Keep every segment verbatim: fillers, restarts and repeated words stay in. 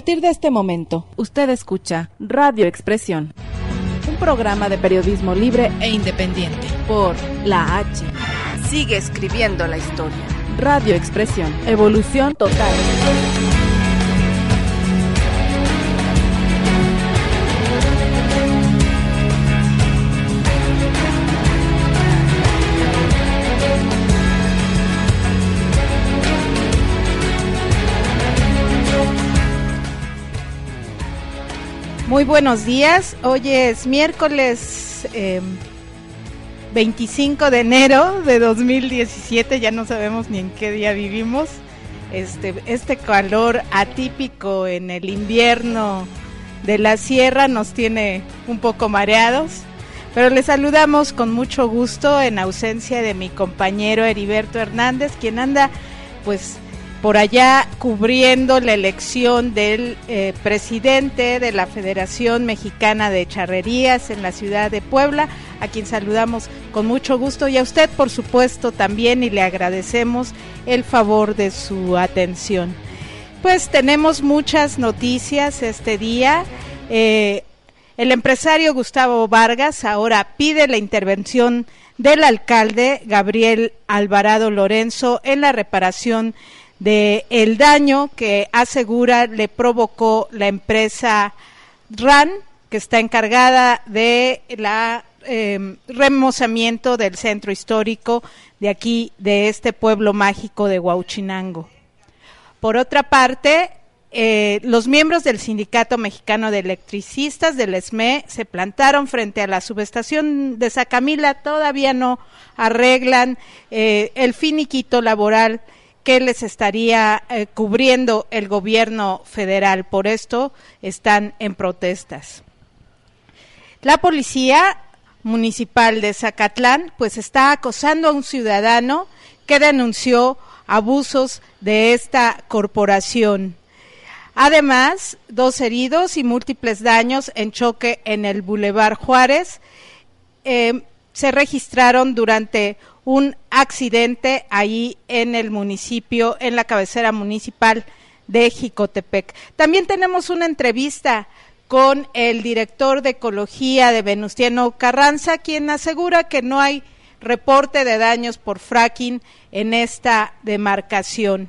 partir de este momento, usted escucha Radio Expresión, un programa de periodismo libre e independiente por La H. Sigue escribiendo la historia. Radio Expresión, evolución total. Muy buenos días, hoy es miércoles eh, veinticinco de enero de dos mil diecisiete, ya no sabemos ni en qué día vivimos. Este, este calor atípico en el invierno de la sierra nos tiene un poco mareados, pero les saludamos con mucho gusto en ausencia de mi compañero Heriberto Hernández, quien anda pues por allá cubriendo la elección del eh, presidente de la Federación Mexicana de Charrerías en la ciudad de Puebla, a quien saludamos con mucho gusto, y a usted por supuesto también, y le agradecemos el favor de su atención. Pues tenemos muchas noticias este día. Eh, el empresario Gustavo Vargas ahora pide la intervención del alcalde Gabriel Alvarado Lorenzo en la reparación de el daño que asegura le provocó la empresa R A N, que está encargada de la eh, remozamiento del centro histórico de aquí, de este pueblo mágico de Huauchinango. Por otra parte, eh, los miembros del Sindicato Mexicano de Electricistas del E S M E se plantaron frente a la subestación de Zacamila. Todavía no arreglan eh, el finiquito laboral que les estaría eh, cubriendo el gobierno federal. Por esto están en protestas. La policía municipal de Zacatlán pues está acosando a un ciudadano que denunció abusos de esta corporación. Además, dos heridos y múltiples daños en choque en el Boulevard Juárez eh, se registraron durante un accidente ahí en el municipio, en la cabecera municipal de Jicotepec. También tenemos una entrevista con el director de Ecología de Venustiano Carranza, quien asegura que no hay reporte de daños por fracking en esta demarcación.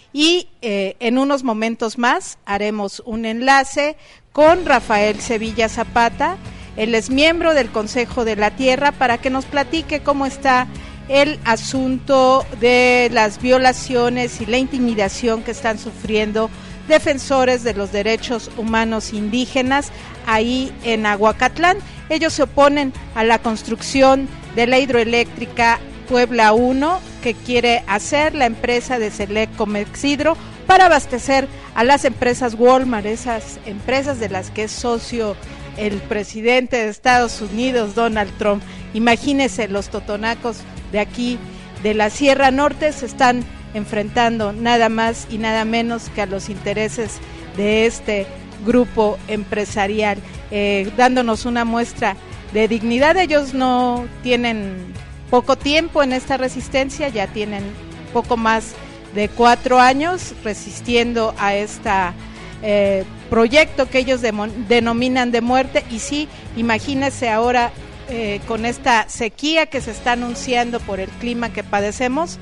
Y eh, en unos momentos más haremos un enlace con Rafael Sevilla Zapata. Él es miembro del Consejo de la Tierra, para que nos platique cómo está el asunto de las violaciones y la intimidación que están sufriendo defensores de los derechos humanos indígenas ahí en Aguacatlán. Ellos se oponen a la construcción de la hidroeléctrica Puebla uno que quiere hacer la empresa de Select Comexhidro para abastecer a las empresas Walmart, esas empresas de las que es socio el presidente de Estados Unidos, Donald Trump. Imagínense, los totonacos de aquí, de la Sierra Norte, se están enfrentando nada más y nada menos que a los intereses de este grupo empresarial, eh, dándonos una muestra de dignidad. Ellos no tienen poco tiempo en esta resistencia, ya tienen poco más de cuatro años resistiendo a esta eh, proyecto que ellos de, denominan de muerte. Y sí, imagínense ahora eh, con esta sequía que se está anunciando por el clima que padecemos,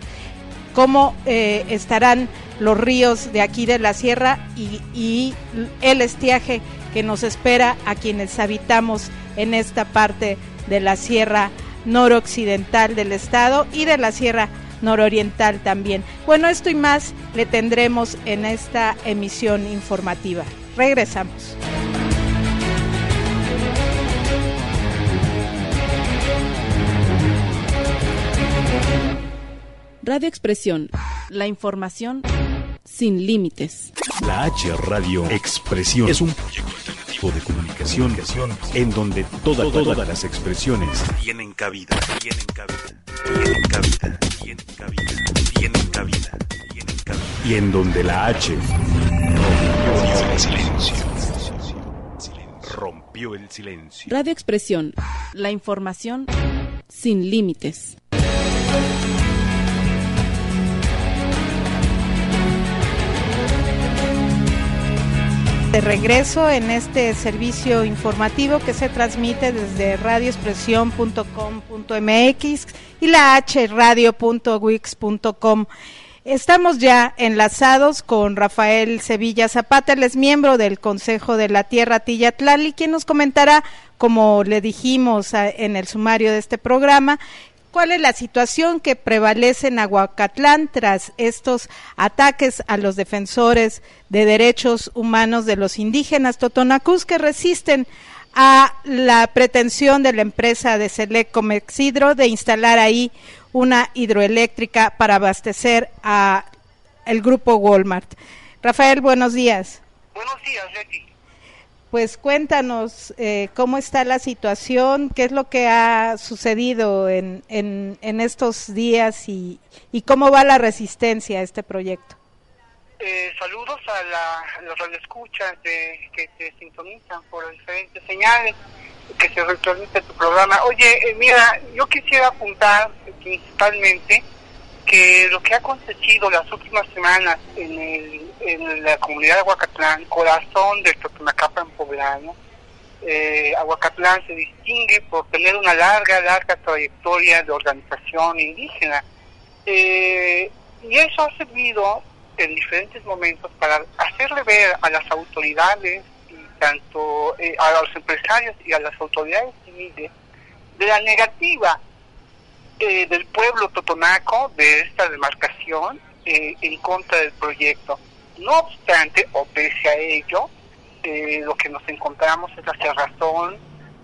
cómo eh, estarán los ríos de aquí de la sierra y, y el estiaje que nos espera a quienes habitamos en esta parte de la sierra noroccidental del estado y de la sierra nororiental también. Bueno, esto y más le tendremos en esta emisión informativa. Regresamos. Radio Expresión, la información sin límites. La H Radio Expresión es un proyecto alternativo de comunicación en donde toda, todas las expresiones tienen cabida, tienen cabida, tienen cabida, tienen cabida, tienen cabida, tienen cabida, y en donde la H rompió el silencio. Rompió el silencio. Radio Expresión, la información sin límites. de regreso en este servicio informativo que se transmite desde radio expresión punto com punto m x y la h radio punto wix punto com. Estamos ya enlazados con Rafael Sevilla Zapata, él es miembro del Consejo de la Tierra Tillatlali, quien nos comentará, como le dijimos a, en el sumario de este programa, cuál es la situación que prevalece en Aguacatlán tras estos ataques a los defensores de derechos humanos de los indígenas totonacús que resisten a la pretensión de la empresa de Select Comexhidro de instalar ahí una hidroeléctrica para abastecer a el grupo Walmart. Rafael, buenos días. Buenos días, Betty. Pues cuéntanos eh, cómo está la situación, qué es lo que ha sucedido en, en, en estos días y, y cómo va la resistencia a este proyecto. Eh, saludos a, la, a los radioescuchas de, que se sintonizan por diferentes señales que se retransmite tu programa. Oye, eh, mira, yo quisiera apuntar principalmente que lo que ha acontecido las últimas semanas en, el, en la comunidad de Aguacatlán, corazón del Totonacapan poblano, eh, Aguacatlán se distingue por tener una larga, larga trayectoria de organización indígena, eh, y eso ha servido en diferentes momentos para hacerle ver a las autoridades, y tanto eh, a los empresarios y a las autoridades civiles, de la negativa eh, del pueblo totonaco de esta demarcación eh, en contra del proyecto. No obstante, o pese a ello, eh, lo que nos encontramos es la cerrazón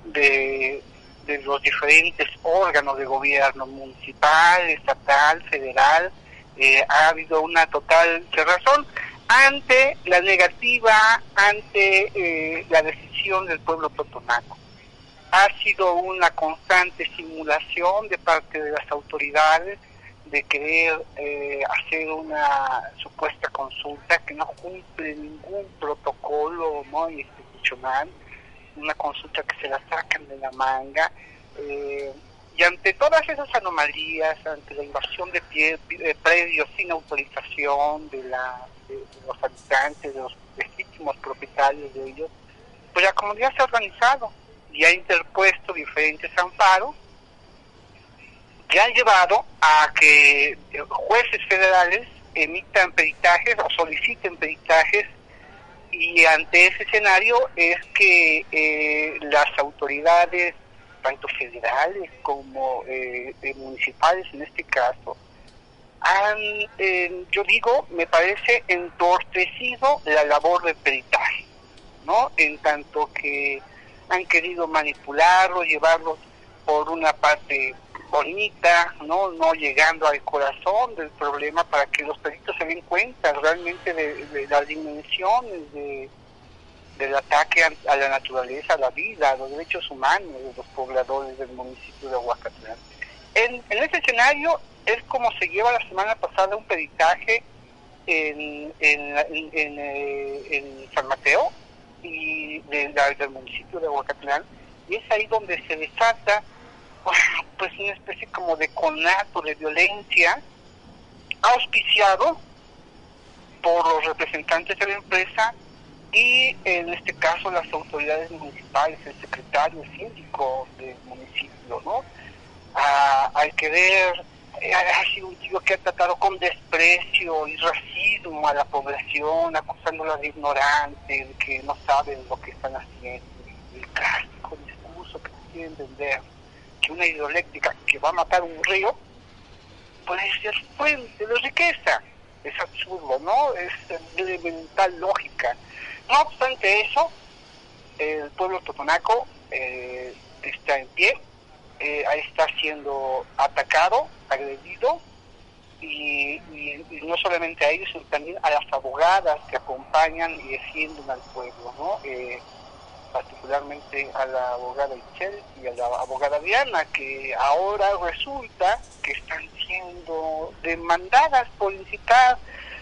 de, de los diferentes órganos de gobierno municipal, estatal, federal. Eh, ha habido una total cerrazón ante la negativa, ante eh, la decisión del pueblo totonaco. Ha sido una constante simulación de parte de las autoridades de querer eh, hacer una supuesta consulta que no cumple ningún protocolo no institucional, una consulta que se la sacan de la manga, eh, y ante todas esas anomalías, ante la invasión de, pie, de predios sin autorización de, la, de, de los habitantes, de los legítimos propietarios de ellos, pues la comunidad se ha organizado y ha interpuesto diferentes amparos que han llevado a que jueces federales emitan peritajes o soliciten peritajes, y ante ese escenario es que eh, las autoridades, tanto federales como eh, eh, municipales en este caso, han, eh, yo digo, me parece entorpecido la labor de peritaje, ¿no? En tanto que han querido manipularlo, llevarlo por una parte bonita, no no llegando al corazón del problema para que los peritos se den cuenta realmente de, de las dimensiones de, del ataque a, a la naturaleza, a la vida, a los derechos humanos de los pobladores del municipio de Aguacatlán. En, en ese escenario es como se lleva la semana pasada un peritaje en, en, en, en, eh, en San Mateo y de, de, del municipio de Aguacatlán, y es ahí donde se desata pues una especie como de conato de violencia auspiciado por los representantes de la empresa y en este caso las autoridades municipales, el secretario síndico del municipio, ¿no? A, al querer, ha sido un tío que ha tratado con desprecio y racismo a la población, acusándola de ignorante, de que no saben lo que están haciendo, el clásico discurso que quieren vender, que una hidroeléctrica que va a matar un río puede ser fuente de riqueza. Es absurdo, ¿no? Es de elemental lógica. No obstante eso, el pueblo totonaco eh, está en pie, eh, está siendo atacado, agredido, y, y, y no solamente a ellos, sino también a las abogadas que acompañan y defienden al pueblo, ¿no? Eh, particularmente a la abogada Itzel y a la abogada Diana, que ahora resulta que están siendo demandadas por incitar,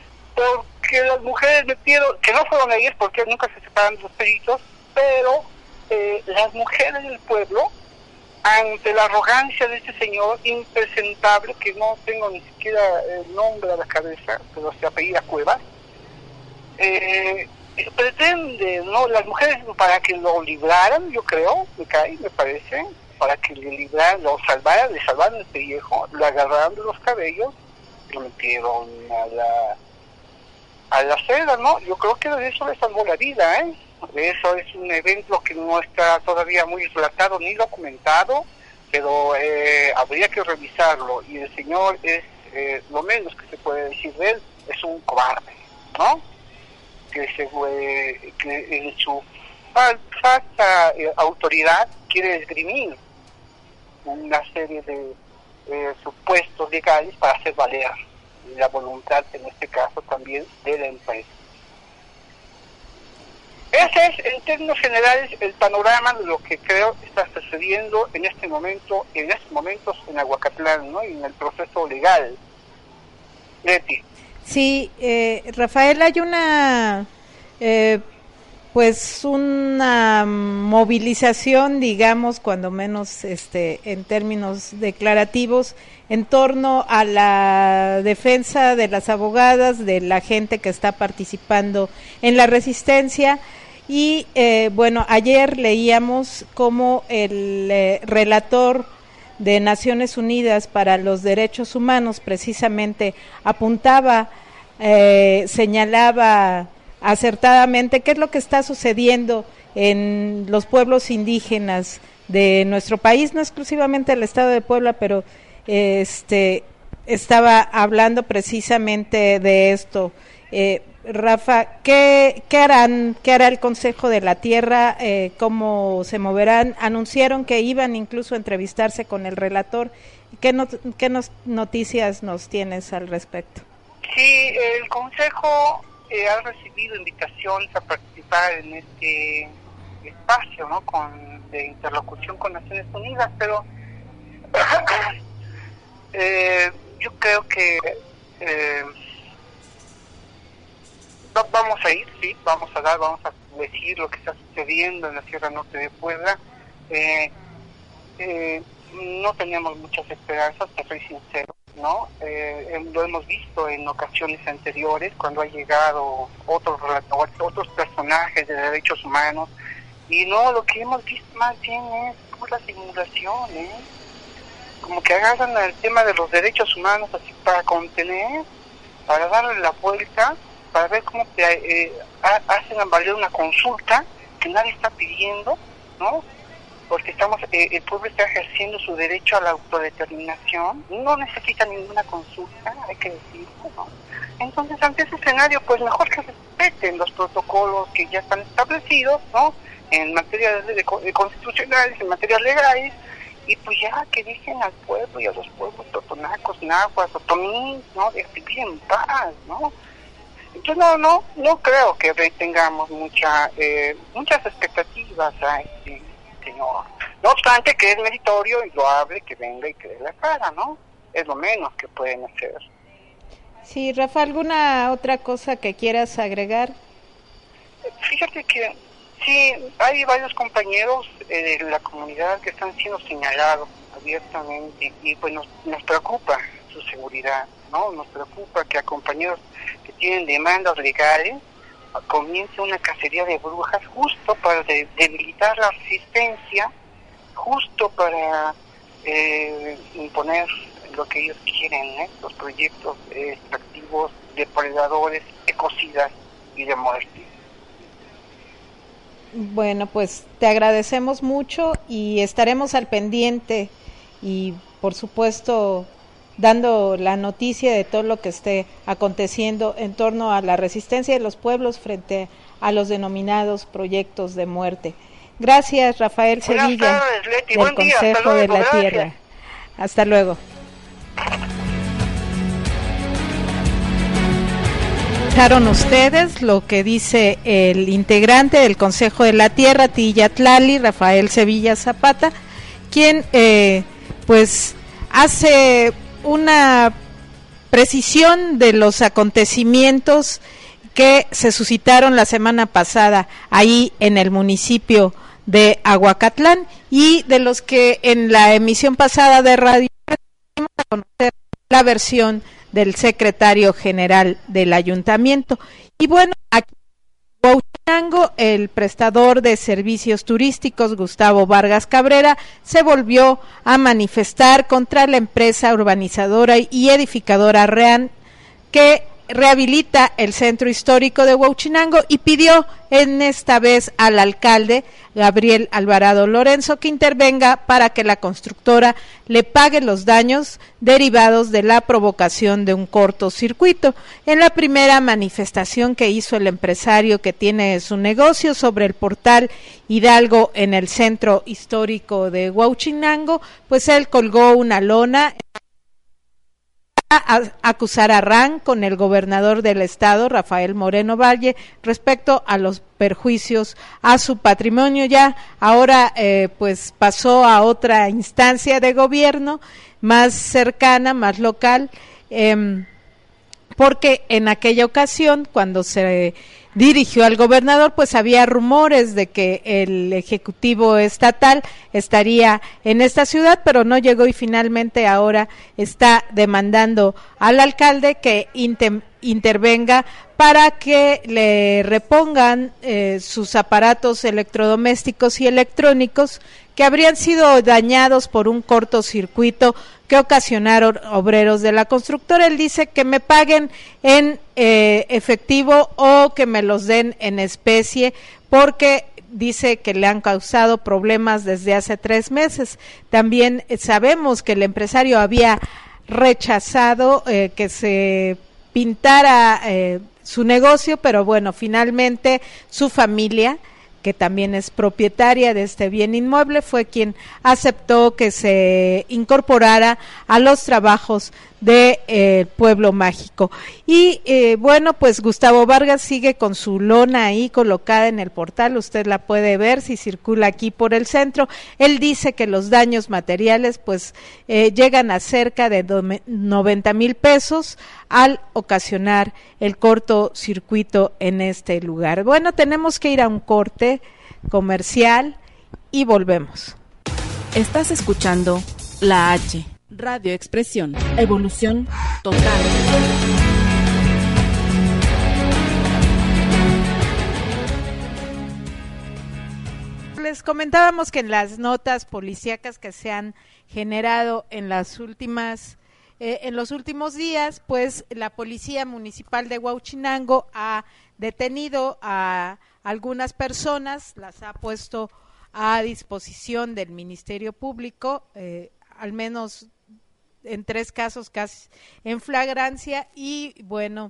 porque las mujeres metieron, que no fueron ellas porque nunca se separan los peritos, pero eh, las mujeres del pueblo, ante la arrogancia de este señor impresentable, que no tengo ni siquiera el nombre a la cabeza, pero se apellida Cuevas, eh, pretenden ¿no? Las mujeres para que lo libraran, yo creo, me cae, me parece, para que le libraran, lo salvaran, le salvaran el pellejo, lo agarraron de los cabellos y lo metieron a la a la celda, ¿no? Yo creo que de eso le salvó la vida, ¿eh? De eso es un evento que no está todavía muy relatado ni documentado, pero eh, habría que revisarlo, y el señor es, eh, lo menos que se puede decir de él, es un cobarde, ¿no? Que, se, eh, que en su fal falsa eh, autoridad quiere esgrimir una serie de eh, supuestos legales para hacer valer la voluntad, en este caso también, de la empresa. Ese es, en términos generales, el panorama de lo que creo está sucediendo en este momento, en estos momentos en Aguacatlán, ¿no? Y en el proceso legal. Leti. Sí, eh, Rafael, hay una, eh, pues una movilización, digamos, cuando menos, este, en términos declarativos, en torno a la defensa de las abogadas, de la gente que está participando en la resistencia. Y eh, bueno, ayer leíamos cómo el eh, relator de Naciones Unidas para los Derechos Humanos precisamente apuntaba, eh, señalaba acertadamente qué es lo que está sucediendo en los pueblos indígenas de nuestro país, no exclusivamente el estado de Puebla, pero este estaba hablando precisamente de esto. Eh, Rafa, ¿qué, qué harán, qué hará el Consejo de la Tierra? Eh, ¿Cómo se moverán? Anunciaron que iban incluso a entrevistarse con el relator. ¿Qué, not, qué nos, noticias nos tienes al respecto? Sí, el Consejo eh, ha recibido invitaciones a participar en este espacio, ¿no? Con de interlocución con Naciones Unidas, pero eh, yo creo que eh, vamos a ir, sí, vamos a dar, vamos a decir lo que está sucediendo en la Sierra Norte de Puebla. Eh, eh, no teníamos muchas esperanzas, te soy sincero, ¿no? Eh, lo hemos visto en ocasiones anteriores, cuando ha llegado otros otros personajes de derechos humanos, y no, lo que hemos visto más bien es pura simulación, ¿eh? Como que agarran el tema de los derechos humanos así para contener, para darle la vuelta, para ver cómo te, eh, hacen valer una consulta que nadie está pidiendo, ¿no? Porque estamos, eh, el pueblo está ejerciendo su derecho a la autodeterminación, no necesita ninguna consulta, hay que decirlo, ¿no? Entonces, ante ese escenario, pues mejor que respeten los protocolos que ya están establecidos, ¿no? En materia de, de, de constitucionales, en materia legales, y pues ya que dejen al pueblo y a los pueblos totonacos, nahuas, otomís, ¿no? De vivir en paz, ¿no? Yo no, no, no creo que tengamos mucha, eh, muchas expectativas a este señor. No obstante que es meritorio y loable que venga y que dé la cara, ¿no? Es lo menos que pueden hacer. Sí, Rafa, ¿alguna otra cosa que quieras agregar? Fíjate que sí, hay varios compañeros eh, de la comunidad que están siendo señalados abiertamente y pues nos, nos preocupa su seguridad, ¿no? Nos preocupa que a compañeros que tienen demandas legales comience una cacería de brujas justo para de, debilitar la resistencia, justo para eh, imponer lo que ellos quieren, ¿eh? Los proyectos eh, extractivos, depredadores, ecocidas y de muerte. Bueno, pues te agradecemos mucho y estaremos al pendiente y por supuesto dando la noticia de todo lo que esté aconteciendo en torno a la resistencia de los pueblos frente a los denominados proyectos de muerte. Gracias, Rafael Sevilla, del Buen día, Consejo hasta luego, de la gracias. Tierra. Hasta luego. Escucharon ustedes lo que dice el integrante del Consejo de la Tierra, Tillatlali, Rafael Sevilla Zapata, quien eh, pues hace una precisión de los acontecimientos que se suscitaron la semana pasada ahí en el municipio de Aguacatlán y de los que en la emisión pasada de radio vamos a conocer la versión del secretario general del ayuntamiento. Y bueno, aquí Huauchinango, el prestador de servicios turísticos Gustavo Vargas Cabrera se volvió a manifestar contra la empresa urbanizadora y edificadora REAN, que rehabilita el centro histórico de Huauchinango, y pidió en esta vez al alcalde Gabriel Alvarado Lorenzo que intervenga para que la constructora le pague los daños derivados de la provocación de un cortocircuito. En la primera manifestación que hizo el empresario que tiene su negocio sobre el portal Hidalgo en el centro histórico de Huauchinango, pues él colgó una lona a acusar a RAN con el gobernador del estado, Rafael Moreno Valle, respecto a los perjuicios a su patrimonio. Ya ahora eh, pues pasó a otra instancia de gobierno más cercana, más local, eh, porque en aquella ocasión, cuando se dirigió al gobernador, pues había rumores de que el ejecutivo estatal estaría en esta ciudad, pero no llegó, y finalmente ahora está demandando al alcalde que inter, intervenga para que le repongan eh, sus aparatos electrodomésticos y electrónicos que habrían sido dañados por un cortocircuito que ocasionaron obreros de la constructora. Él dice que me paguen en eh, efectivo o que me los den en especie, porque dice que le han causado problemas desde hace tres meses. También eh, sabemos que el empresario había rechazado eh, que se pintara eh, su negocio, pero bueno, finalmente su familia, que también es propietaria de este bien inmueble, fue quien aceptó que se incorporara a los trabajos de eh, Pueblo Mágico. Y eh, bueno, pues Gustavo Vargas sigue con su lona ahí colocada en el portal, usted la puede ver si circula aquí por el centro. Él dice que los daños materiales pues eh, llegan a cerca de noventa mil pesos al ocasionar el cortocircuito en este lugar. Bueno, tenemos que ir a un corte comercial y volvemos. Estás escuchando La H, Radio Expresión, evolución total. Les comentábamos que en las notas policíacas que se han generado en las últimas eh, en los últimos días, pues la Policía Municipal de Huauchinango ha detenido a algunas personas, las ha puesto a disposición del Ministerio Público, eh, al menos en tres casos casi en flagrancia, y bueno,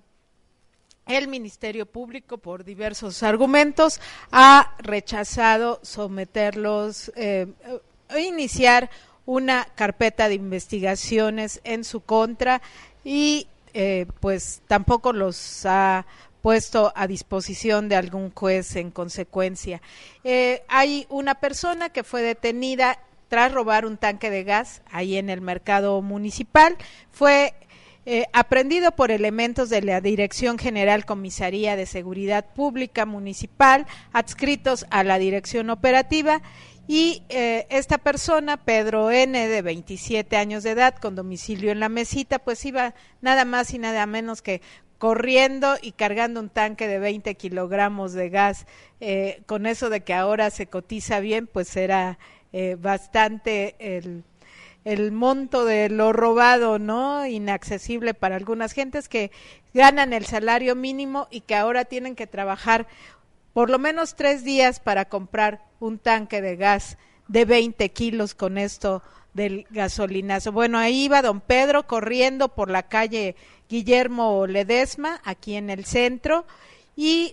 el Ministerio Público, por diversos argumentos, ha rechazado someterlos, eh, iniciar una carpeta de investigaciones en su contra, y eh, pues tampoco los ha puesto a disposición de algún juez en consecuencia. Eh, hay una persona que fue detenida tras robar un tanque de gas ahí en el mercado municipal. Fue eh, aprehendido por elementos de la Dirección General Comisaría de Seguridad Pública Municipal, adscritos a la Dirección Operativa, y eh, esta persona, Pedro N., de veintisiete años de edad, con domicilio en La Mesita, pues iba nada más y nada menos que corriendo y cargando un tanque de veinte kilogramos de gas. Eh, con eso de que ahora se cotiza bien, pues era eh, bastante el, el monto de lo robado, ¿no? Inaccesible para algunas gentes que ganan el salario mínimo y que ahora tienen que trabajar por lo menos tres días para comprar un tanque de gas de veinte kilos con esto del gasolinazo. Bueno, ahí iba don Pedro corriendo por la calle Guillermo Ledesma, aquí en el centro, y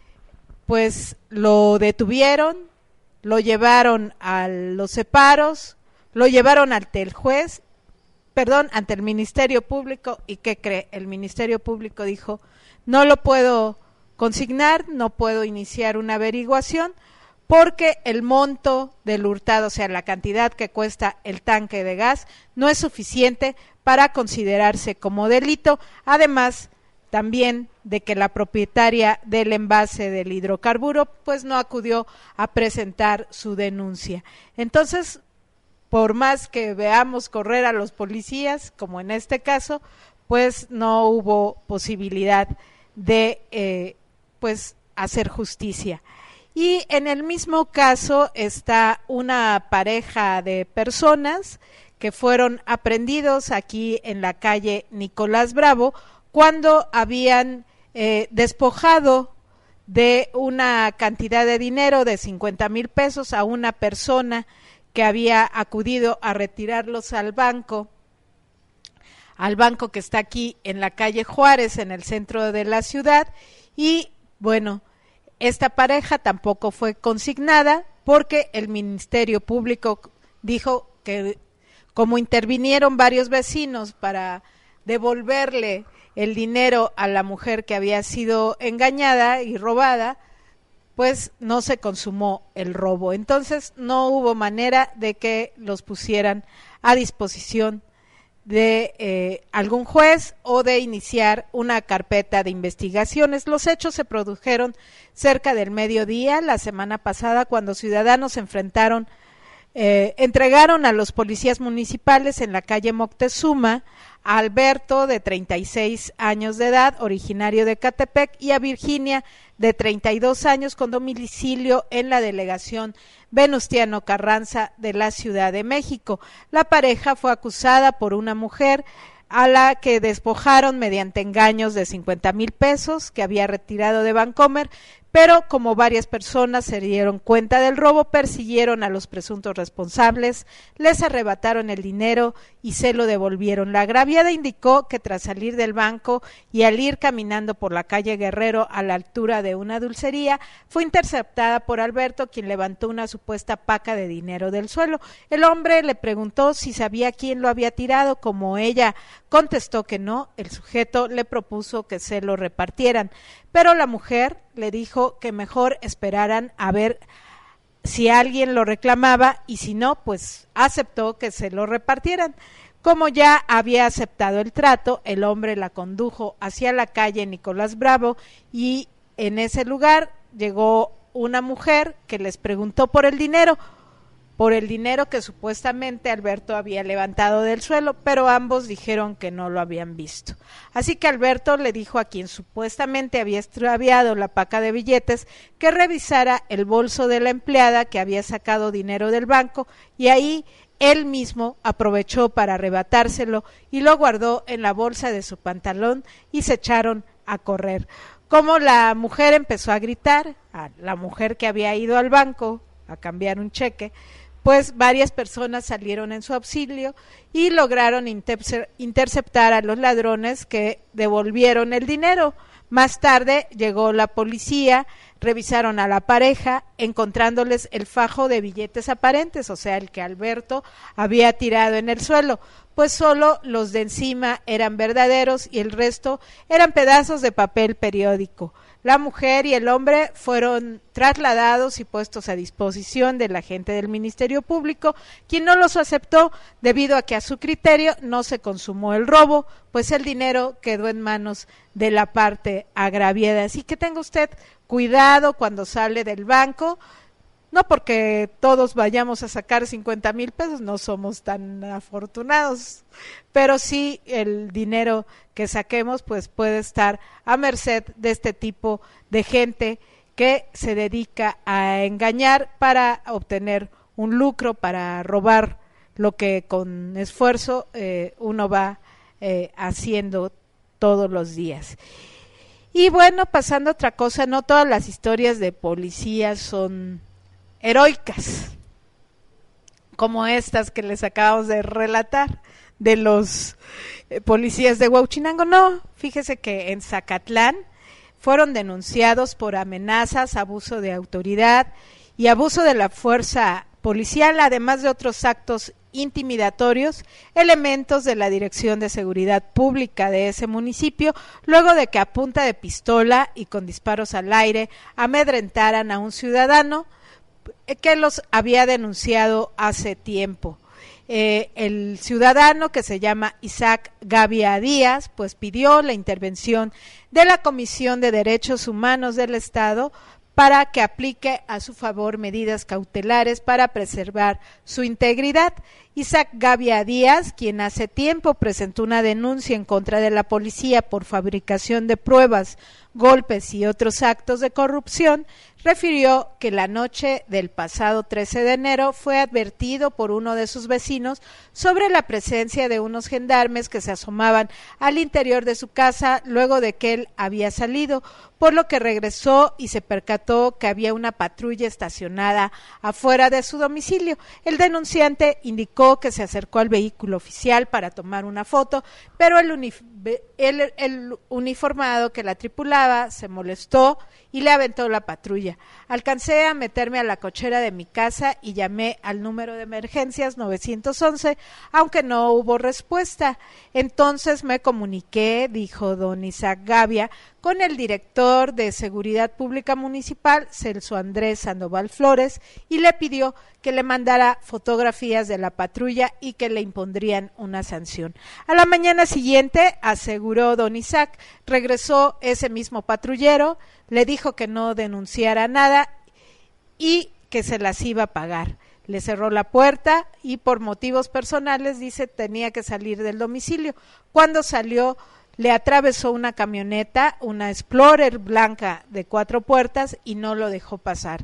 pues lo detuvieron, lo llevaron a los separos, lo llevaron ante el juez, perdón, ante el Ministerio Público, y ¿qué cree? El Ministerio Público dijo, no lo puedo consignar, no puedo iniciar una averiguación, porque el monto del hurtado, o sea, la cantidad que cuesta el tanque de gas, no es suficiente para considerarse como delito, además también de que la propietaria del envase del hidrocarburo pues no acudió a presentar su denuncia. Entonces, por más que veamos correr a los policías, como en este caso, pues no hubo posibilidad de eh, pues hacer justicia. Y en el mismo caso está una pareja de personas que fueron aprehendidos aquí en la calle Nicolás Bravo cuando habían eh, despojado de una cantidad de dinero de cincuenta mil pesos a una persona que había acudido a retirarlos al banco, al banco que está aquí en la calle Juárez, en el centro de la ciudad, y bueno, esta pareja tampoco fue consignada porque el Ministerio Público dijo que como intervinieron varios vecinos para devolverle el dinero a la mujer que había sido engañada y robada, pues no se consumó el robo. Entonces no hubo manera de que los pusieran a disposición de eh, algún juez o de iniciar una carpeta de investigaciones. Los hechos se produjeron cerca del mediodía la semana pasada cuando ciudadanos se enfrentaron, eh, entregaron a los policías municipales en la calle Moctezuma a Alberto, de treinta y seis años de edad, originario de Catepec, y a Virginia, de treinta y dos años, con domicilio en la delegación Venustiano Carranza de la Ciudad de México. La pareja fue acusada por una mujer a la que despojaron mediante engaños de cincuenta mil pesos que había retirado de Bancomer, pero como varias personas se dieron cuenta del robo, persiguieron a los presuntos responsables, les arrebataron el dinero y se lo devolvieron. La agraviada indicó que tras salir del banco y al ir caminando por la calle Guerrero a la altura de una dulcería, fue interceptada por Alberto, quien levantó una supuesta paca de dinero del suelo. El hombre le preguntó si sabía quién lo había tirado. Como ella contestó que no, el sujeto le propuso que se lo repartieran, pero la mujer le dijo que mejor esperaran a ver si alguien lo reclamaba y si no, pues aceptó que se lo repartieran. Como ya había aceptado el trato, el hombre la condujo hacia la calle Nicolás Bravo y en ese lugar llegó una mujer que les preguntó por el dinero, por el dinero que supuestamente Alberto había levantado del suelo, pero ambos dijeron que no lo habían visto. Así que Alberto le dijo a quien supuestamente había extraviado la paca de billetes que revisara el bolso de la empleada que había sacado dinero del banco, y ahí él mismo aprovechó para arrebatárselo y lo guardó en la bolsa de su pantalón y se echaron a correr. Como la mujer empezó a gritar, a la mujer que había ido al banco a cambiar un cheque, pues varias personas salieron en su auxilio y lograron interceptar a los ladrones, que devolvieron el dinero. Más tarde llegó la policía, revisaron a la pareja, encontrándoles el fajo de billetes aparentes, o sea, el que Alberto había tirado en el suelo, pues solo los de encima eran verdaderos y el resto eran pedazos de papel periódico. La mujer y el hombre fueron trasladados y puestos a disposición del agente del Ministerio Público, quien no los aceptó debido a que a su criterio no se consumó el robo, pues el dinero quedó en manos de la parte agraviada. Así que tenga usted cuidado cuando sale del banco, no porque todos vayamos a sacar cincuenta mil pesos, no somos tan afortunados, pero sí el dinero que saquemos pues puede estar a merced de este tipo de gente que se dedica a engañar para obtener un lucro, para robar lo que con esfuerzo eh, uno va eh, haciendo todos los días. Y bueno, pasando a otra cosa, no todas las historias de policías son heroicas, como estas que les acabamos de relatar de los eh, policías de Huauchinango. No, fíjese que en Zacatlán fueron denunciados por amenazas, abuso de autoridad y abuso de la fuerza policial, además de otros actos intimidatorios, elementos de la Dirección de Seguridad Pública de ese municipio, luego de que a punta de pistola y con disparos al aire amedrentaran a un ciudadano que los había denunciado hace tiempo. Eh, el ciudadano, que se llama Isaac Gavia Díaz, pues pidió la intervención de la Comisión de Derechos Humanos del Estado para que aplique a su favor medidas cautelares para preservar su integridad. Isaac Gavia Díaz, quien hace tiempo presentó una denuncia en contra de la policía por fabricación de pruebas, golpes y otros actos de corrupción, refirió que la noche del pasado trece de enero fue advertido por uno de sus vecinos sobre la presencia de unos gendarmes que se asomaban al interior de su casa luego de que él había salido, por lo que regresó y se percató que había una patrulla estacionada afuera de su domicilio. El denunciante indicó que se acercó al vehículo oficial para tomar una foto, pero el, uni- el, el uniformado que la tripulaba se molestó y le aventó la patrulla. Alcancé a meterme a la cochera de mi casa y llamé al número de emergencias nueve once, aunque no hubo respuesta. Entonces me comuniqué, dijo don Isaac Gavia, con el director de Seguridad Pública Municipal, Celso Andrés Sandoval Flores, y le pidió que le mandara fotografías de la patrulla y que le impondrían una sanción. A la mañana siguiente, aseguró don Isaac, regresó ese mismo patrullero, le dijo que no denunciara nada y que se las iba a pagar. Le cerró la puerta y por motivos personales, dice, tenía que salir del domicilio. Cuando salió, le atravesó una camioneta, una Explorer blanca de cuatro puertas, y no lo dejó pasar.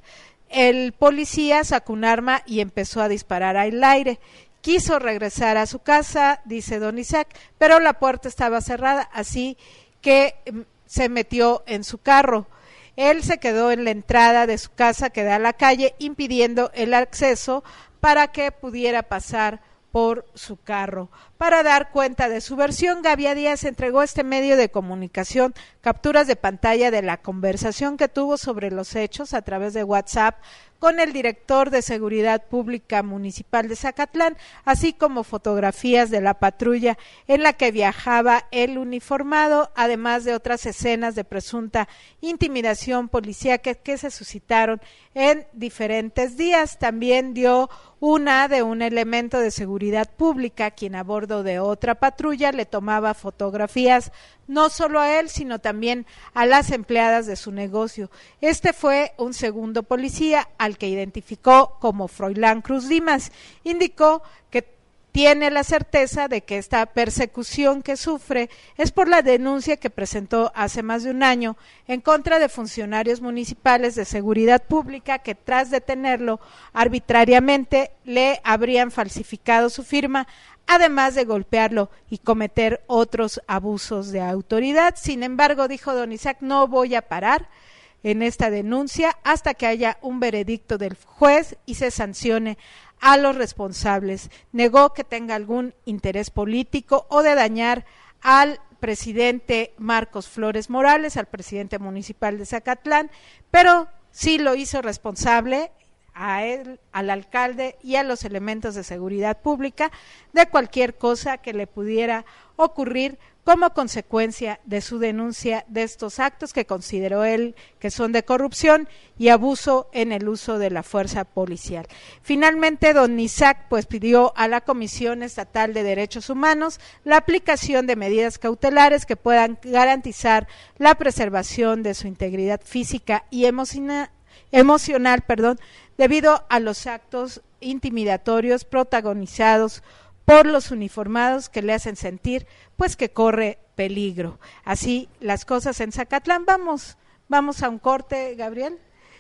El policía sacó un arma y empezó a disparar al aire. Quiso regresar a su casa, dice don Isaac, pero la puerta estaba cerrada, así que se metió en su carro. Él se quedó en la entrada de su casa que da a la calle, impidiendo el acceso para que pudiera pasar por su carro. Para dar cuenta de su versión, Gavia Díaz entregó a este medio de comunicación capturas de pantalla de la conversación que tuvo sobre los hechos a través de WhatsApp con el director de Seguridad Pública Municipal de Zacatlán, así como fotografías de la patrulla en la que viajaba el uniformado, además de otras escenas de presunta intimidación policíaca que se suscitaron en diferentes días. También dio una de un elemento de seguridad pública, quien a bordo de otra patrulla le tomaba fotografías no solo a él, sino también a las empleadas de su negocio. Este fue un segundo policía al que identificó como Froilán Cruz Dimas. Indicó que tiene la certeza de que esta persecución que sufre es por la denuncia que presentó hace más de un año en contra de funcionarios municipales de seguridad pública que tras detenerlo arbitrariamente le habrían falsificado su firma, además de golpearlo y cometer otros abusos de autoridad. Sin embargo, dijo don Isaac, no voy a parar en esta denuncia hasta que haya un veredicto del juez y se sancione a los responsables. Negó que tenga algún interés político o de dañar al presidente Marcos Flores Morales, al presidente municipal de Zacatlán, pero sí lo hizo responsable a él, al alcalde y a los elementos de seguridad pública de cualquier cosa que le pudiera ocurrir como consecuencia de su denuncia de estos actos que consideró él que son de corrupción y abuso en el uso de la fuerza policial. Finalmente, don Isaac pues pidió a la Comisión Estatal de Derechos Humanos la aplicación de medidas cautelares que puedan garantizar la preservación de su integridad física y emocional, emocional, perdón, debido a los actos intimidatorios protagonizados por los uniformados que le hacen sentir pues que corre peligro. Así las cosas en Zacatlán. Vamos, vamos a un corte, Gabriel,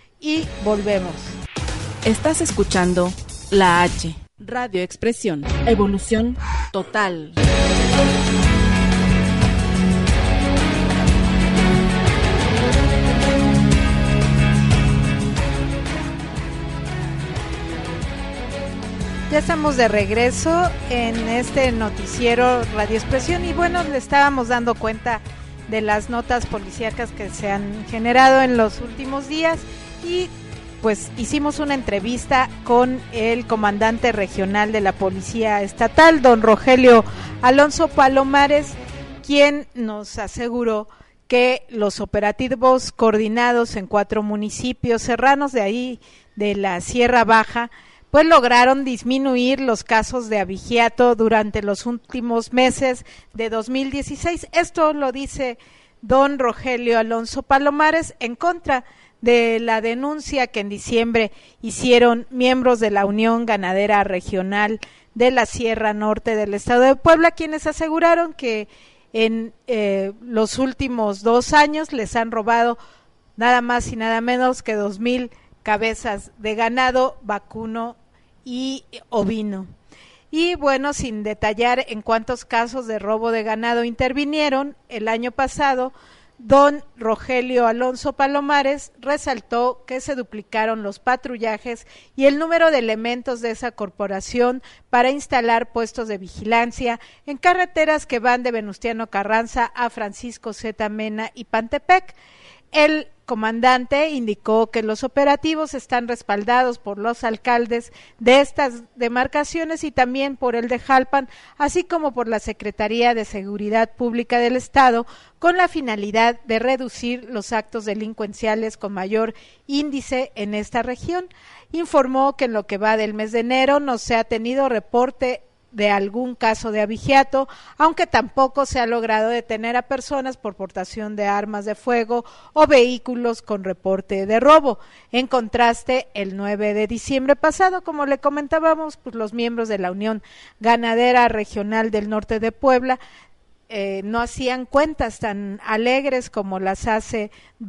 y volvemos. Estás escuchando La H, Radio Expresión, evolución total. Ya estamos de regreso en este noticiero Radio Expresión y bueno, le estábamos dando cuenta de las notas policíacas que se han generado en los últimos días y pues hicimos una entrevista con el comandante regional de la Policía Estatal, don Rogelio Alonso Palomares, quien nos aseguró que los operativos coordinados en cuatro municipios serranos de ahí de la Sierra Baja pues lograron disminuir los casos de abigeato durante los últimos meses de dos mil dieciséis. Esto lo dice don Rogelio Alonso Palomares en contra de la denuncia que en diciembre hicieron miembros de la Unión Ganadera Regional de la Sierra Norte del Estado de Puebla, quienes aseguraron que en eh, los últimos dos años les han robado nada más y nada menos que dos mil cabezas de ganado vacuno y ovino. Y bueno, sin detallar en cuántos casos de robo de ganado intervinieron, el año pasado, don Rogelio Alonso Palomares resaltó que se duplicaron los patrullajes y el número de elementos de esa corporación para instalar puestos de vigilancia en carreteras que van de Venustiano Carranza a Francisco Zeta Mena y Pantepec. El comandante indicó que los operativos están respaldados por los alcaldes de estas demarcaciones y también por el de Jalpan, así como por la Secretaría de Seguridad Pública del Estado, con la finalidad de reducir los actos delincuenciales con mayor índice en esta región. Informó que en lo que va del mes de enero no se ha tenido reporte de algún caso de abigeato, aunque tampoco se ha logrado detener a personas por portación de armas de fuego o vehículos con reporte de robo. En contraste, el nueve de diciembre pasado, como le comentábamos, pues los miembros de la Unión Ganadera Regional del Norte de Puebla eh, no hacían cuentas tan alegres como las hace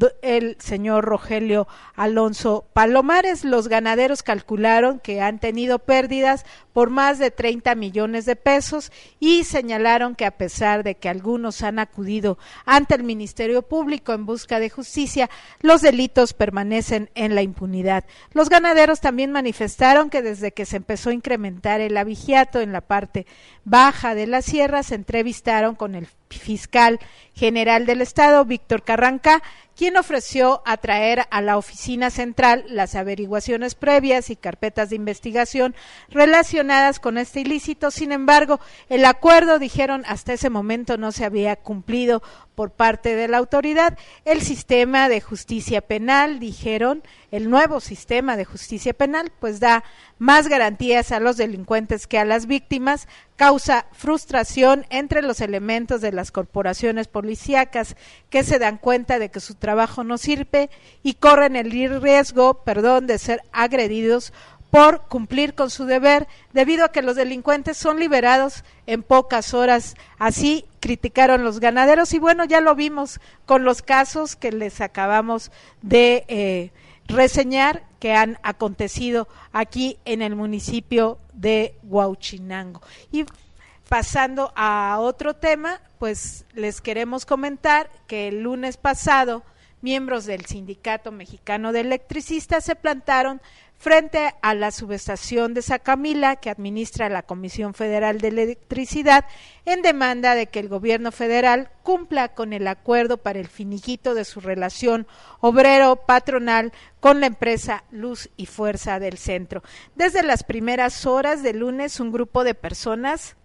el señor Rogelio Alonso Palomares. Los ganaderos calcularon que han tenido pérdidas por más de treinta millones de pesos y señalaron que a pesar de que algunos han acudido ante el Ministerio Público en busca de justicia, los delitos permanecen en la impunidad. Los ganaderos también manifestaron que desde que se empezó a incrementar el abigeato en la parte baja de la sierra, se entrevistaron con el fiscal general del estado, Víctor Carranca, quien ofreció atraer a la oficina central las averiguaciones previas y carpetas de investigación relacionadas con este ilícito. Sin embargo, el acuerdo, dijeron, hasta ese momento no se había cumplido por parte de la autoridad. El sistema de justicia penal, dijeron, el nuevo sistema de justicia penal, pues da más garantías a los delincuentes que a las víctimas, causa frustración entre los elementos de las corporaciones policíacas que se dan cuenta de que su trabajo no sirve y corren el riesgo, perdón, de ser agredidos por cumplir con su deber, debido a que los delincuentes son liberados en pocas horas. Así criticaron los ganaderos y bueno, ya lo vimos con los casos que les acabamos de eh, reseñar que han acontecido aquí en el municipio de Huauchinango. Y pasando a otro tema, pues les queremos comentar que el lunes pasado miembros del Sindicato Mexicano de Electricistas se plantaron frente a la subestación de Zacamila, que administra la Comisión Federal de Electricidad, en demanda de que el gobierno federal cumpla con el acuerdo para el finiquito de su relación obrero-patronal con la empresa Luz y Fuerza del Centro. Desde las primeras horas del lunes, un grupo de personas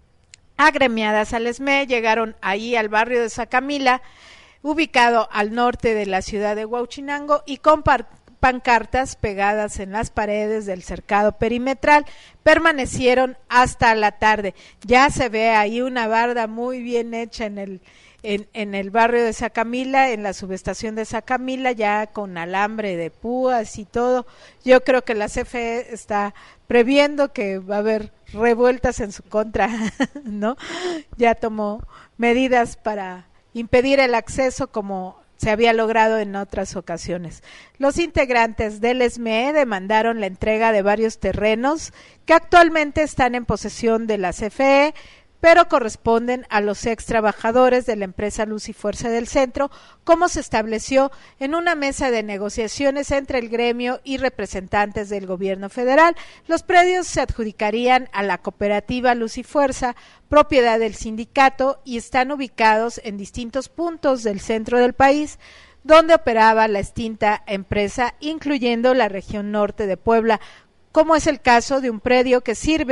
agremiadas al E S M E llegaron ahí al barrio de Zacamila, ubicado al norte de la ciudad de Huauchinango, y con pancartas pegadas en las paredes del cercado perimetral permanecieron hasta la tarde. Ya se ve ahí una barda muy bien hecha en el en, en el barrio de Zacamila, en la subestación de Zacamila, ya con alambre de púas y todo. Yo creo que la C F E está previendo que va a haber revueltas en su contra, ¿no? Ya tomó medidas para impedir el acceso como se había logrado en otras ocasiones. Los integrantes del E S M E demandaron la entrega de varios terrenos que actualmente están en posesión de la C F E, pero corresponden a los ex trabajadores de la empresa Luz y Fuerza del Centro, como se estableció en una mesa de negociaciones entre el gremio y representantes del gobierno federal. Los predios se adjudicarían a la cooperativa Luz y Fuerza, propiedad del sindicato, y están ubicados en distintos puntos del centro del país, donde operaba la extinta empresa, incluyendo la región norte de Puebla, como es el caso de un predio que sirve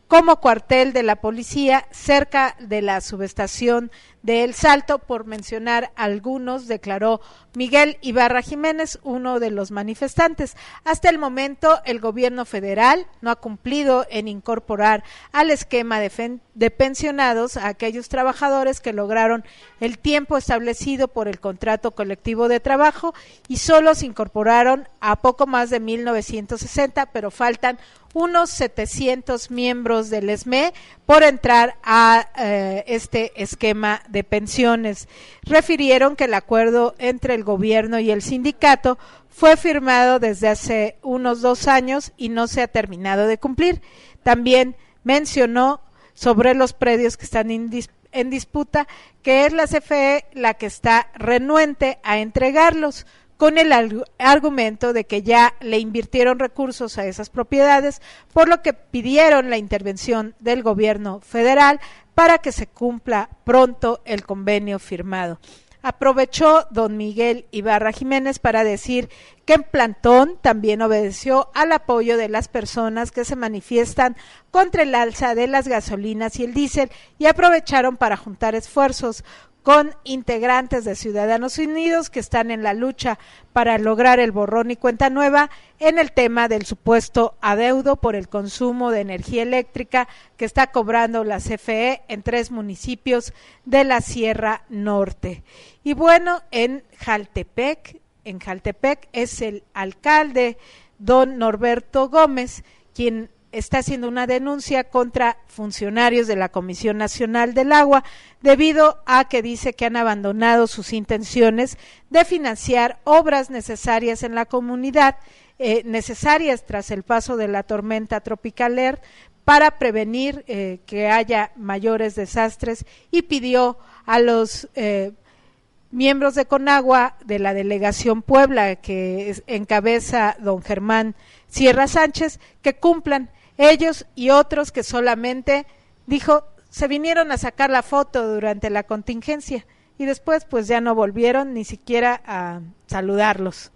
como cuartel de la policía cerca de la subestación de El Salto, por mencionar algunos, declaró Miguel Ibarra Jiménez, uno de los manifestantes. Hasta el momento, el gobierno federal no ha cumplido en incorporar al esquema de, fen- de pensionados a aquellos trabajadores que lograron el tiempo establecido por el contrato colectivo de trabajo y solo se incorporaron a poco más de mil novecientos sesenta, pero faltan unos setecientos miembros del E S M E por entrar a eh, este esquema de pensiones. Refirieron que el acuerdo entre el gobierno y el sindicato fue firmado desde hace unos dos años y no se ha terminado de cumplir. También mencionó sobre los predios que están en, dis- en disputa que es la C F E la que está renuente a entregarlos, con el argumento de que ya le invirtieron recursos a esas propiedades, por lo que pidieron la intervención del gobierno federal para que se cumpla pronto el convenio firmado. Aprovechó don Miguel Ibarra Jiménez para decir que en plantón también obedeció al apoyo de las personas que se manifiestan contra el alza de las gasolinas y el diésel y aprovecharon para juntar esfuerzos con integrantes de Ciudadanos Unidos que están en la lucha para lograr el borrón y cuenta nueva en el tema del supuesto adeudo por el consumo de energía eléctrica que está cobrando la C F E en tres municipios de la Sierra Norte. Y bueno, en Jaltepec, en Jaltepec es el alcalde don Norberto Gómez quien está haciendo una denuncia contra funcionarios de la Comisión Nacional del Agua debido a que dice que han abandonado sus intenciones de financiar obras necesarias en la comunidad, eh, necesarias tras el paso de la tormenta tropical Er, para prevenir eh, que haya mayores desastres, y pidió a los eh, miembros de Conagua de la delegación Puebla que encabeza don Germán Sierra Sánchez que cumplan. Ellos y otros que solamente, dijo, se vinieron a sacar la foto durante la contingencia y después pues ya no volvieron ni siquiera a saludarlos.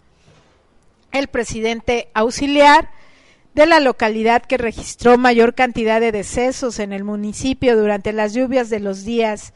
El presidente auxiliar de la localidad que registró mayor cantidad de decesos en el municipio durante las lluvias de los días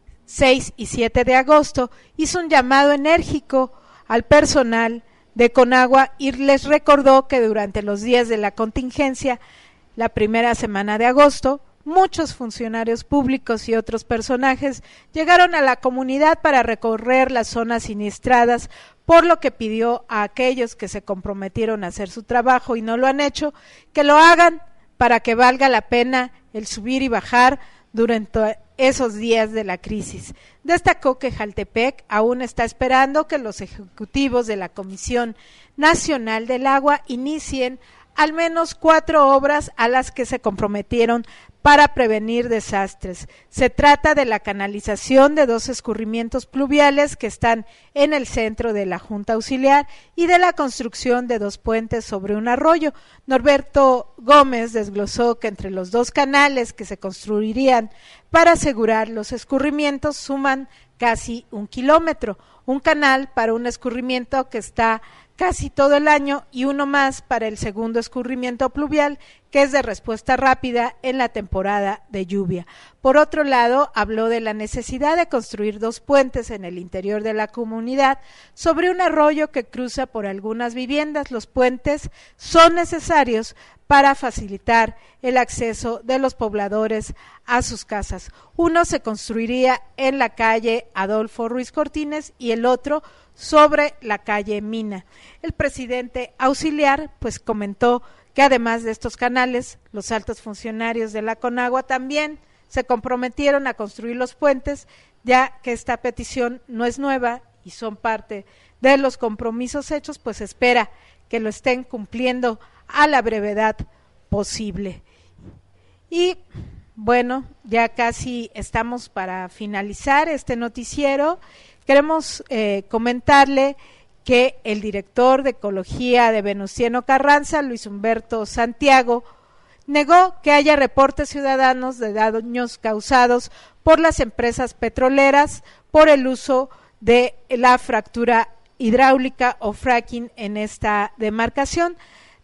seis y siete de agosto, hizo un llamado enérgico al personal de Conagua y les recordó que durante los días de la contingencia, la primera semana de agosto, muchos funcionarios públicos y otros personajes llegaron a la comunidad para recorrer las zonas siniestradas, por lo que pidió a aquellos que se comprometieron a hacer su trabajo y no lo han hecho, que lo hagan para que valga la pena el subir y bajar durante esos días de la crisis. Destacó que Jaltepec aún está esperando que los ejecutivos de la Comisión Nacional del Agua inicien al menos cuatro obras a las que se comprometieron para prevenir desastres. Se trata de la canalización de dos escurrimientos pluviales que están en el centro de la Junta Auxiliar y de la construcción de dos puentes sobre un arroyo. Norberto Gómez desglosó que entre los dos canales que se construirían para asegurar los escurrimientos suman casi un kilómetro, un canal para un escurrimiento que está casi todo el año y uno más para el segundo escurrimiento pluvial que es de respuesta rápida en la temporada de lluvia. Por otro lado, habló de la necesidad de construir dos puentes en el interior de la comunidad sobre un arroyo que cruza por algunas viviendas. Los puentes son necesarios para facilitar el acceso de los pobladores a sus casas. Uno se construiría en la calle Adolfo Ruiz Cortines y el otro sobre la calle Mina. El presidente auxiliar pues comentó que además de estos canales, los altos funcionarios de la Conagua también se comprometieron a construir los puentes, ya que esta petición no es nueva y son parte de los compromisos hechos, pues espera que lo estén cumpliendo a la brevedad posible. Y bueno, ya casi estamos para finalizar este noticiero. Queremos eh, comentarle que el director de Ecología de Venustiano Carranza, Luis Humberto Santiago, negó que haya reportes ciudadanos de daños causados por las empresas petroleras por el uso de la fractura hidráulica o fracking en esta demarcación.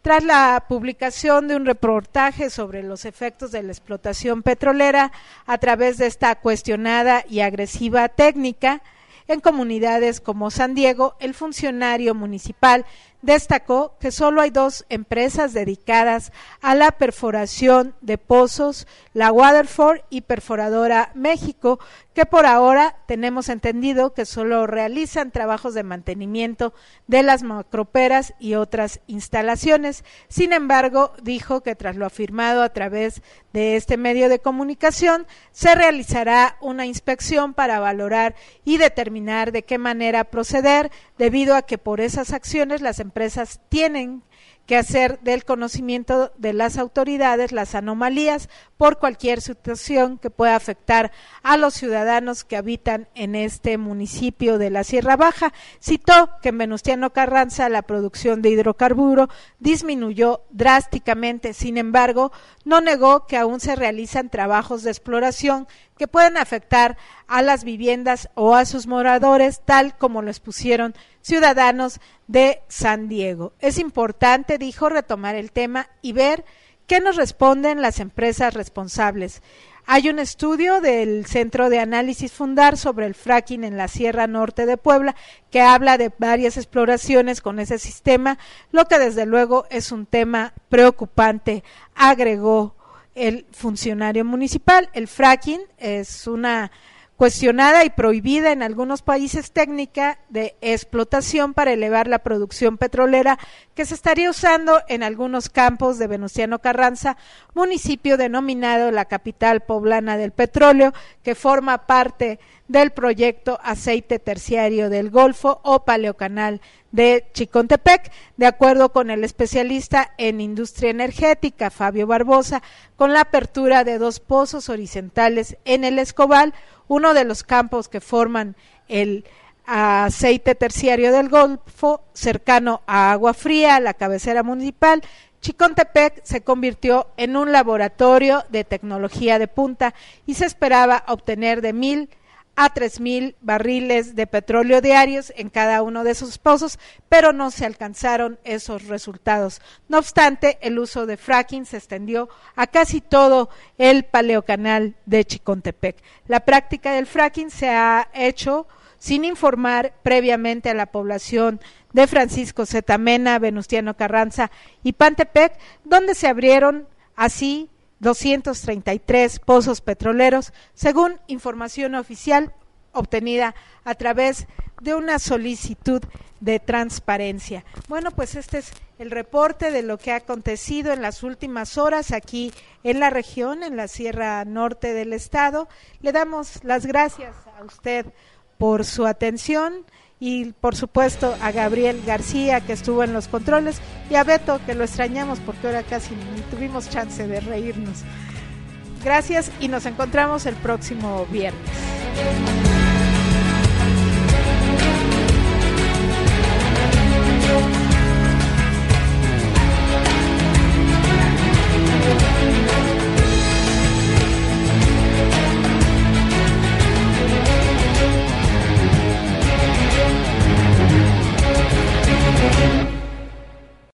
tras la publicación de un reportaje sobre los efectos de la explotación petrolera a través de esta cuestionada y agresiva técnica en comunidades como San Diego. El funcionario municipal destacó que solo hay dos empresas dedicadas a la perforación de pozos, la Waterford y Perforadora México, que por ahora tenemos entendido que solo realizan trabajos de mantenimiento de las macroperas y otras instalaciones. Sin embargo, dijo que tras lo afirmado a través de este medio de comunicación, se realizará una inspección para valorar y determinar de qué manera proceder, debido a que por esas acciones las empresas tienen que hacer del conocimiento de las autoridades las anomalías por cualquier situación que pueda afectar a los ciudadanos que habitan en este municipio de la Sierra Baja. Citó que en Venustiano Carranza la producción de hidrocarburo disminuyó drásticamente. Sin embargo, no negó que aún se realizan trabajos de exploración que pueden afectar a las viviendas o a sus moradores, tal como lo expusieron ciudadanos de San Diego. Es importante, dijo, retomar el tema y ver qué nos responden las empresas responsables. Hay un estudio del Centro de Análisis Fundar sobre el fracking en la Sierra Norte de Puebla que habla de varias exploraciones con ese sistema, lo que desde luego es un tema preocupante, agregó el funcionario municipal. El fracking es una cuestionada y prohibida en algunos países técnica de explotación para elevar la producción petrolera que se estaría usando en algunos campos de Venustiano Carranza, municipio denominado la capital poblana del petróleo, que forma parte del proyecto Aceite Terciario del Golfo o Paleocanal de Chicontepec. De acuerdo con el especialista en industria energética Fabio Barbosa, con la apertura de dos pozos horizontales en el Escobal, uno de los campos que forman el aceite terciario del Golfo, cercano a Agua Fría, la cabecera municipal, Chicontepec se convirtió en un laboratorio de tecnología de punta y se esperaba obtener de mil a tres mil barriles de petróleo diarios en cada uno de esos pozos, pero no se alcanzaron esos resultados. No obstante, el uso de fracking se extendió a casi todo el paleocanal de Chicontepec. La práctica del fracking se ha hecho sin informar previamente a la población de Francisco Zeta Mena, Venustiano Carranza y Pantepec, donde se abrieron así doscientos treinta y tres pozos petroleros, según información oficial obtenida a través de una solicitud de transparencia. Bueno, pues este es el reporte de lo que ha acontecido en las últimas horas aquí en la región, en la Sierra Norte del estado. Le damos las gracias a usted por su atención y por supuesto a Gabriel García, que estuvo en los controles, y a Beto, que lo extrañamos porque ahora casi ni tuvimos chance de reírnos. Gracias y nos encontramos el próximo viernes.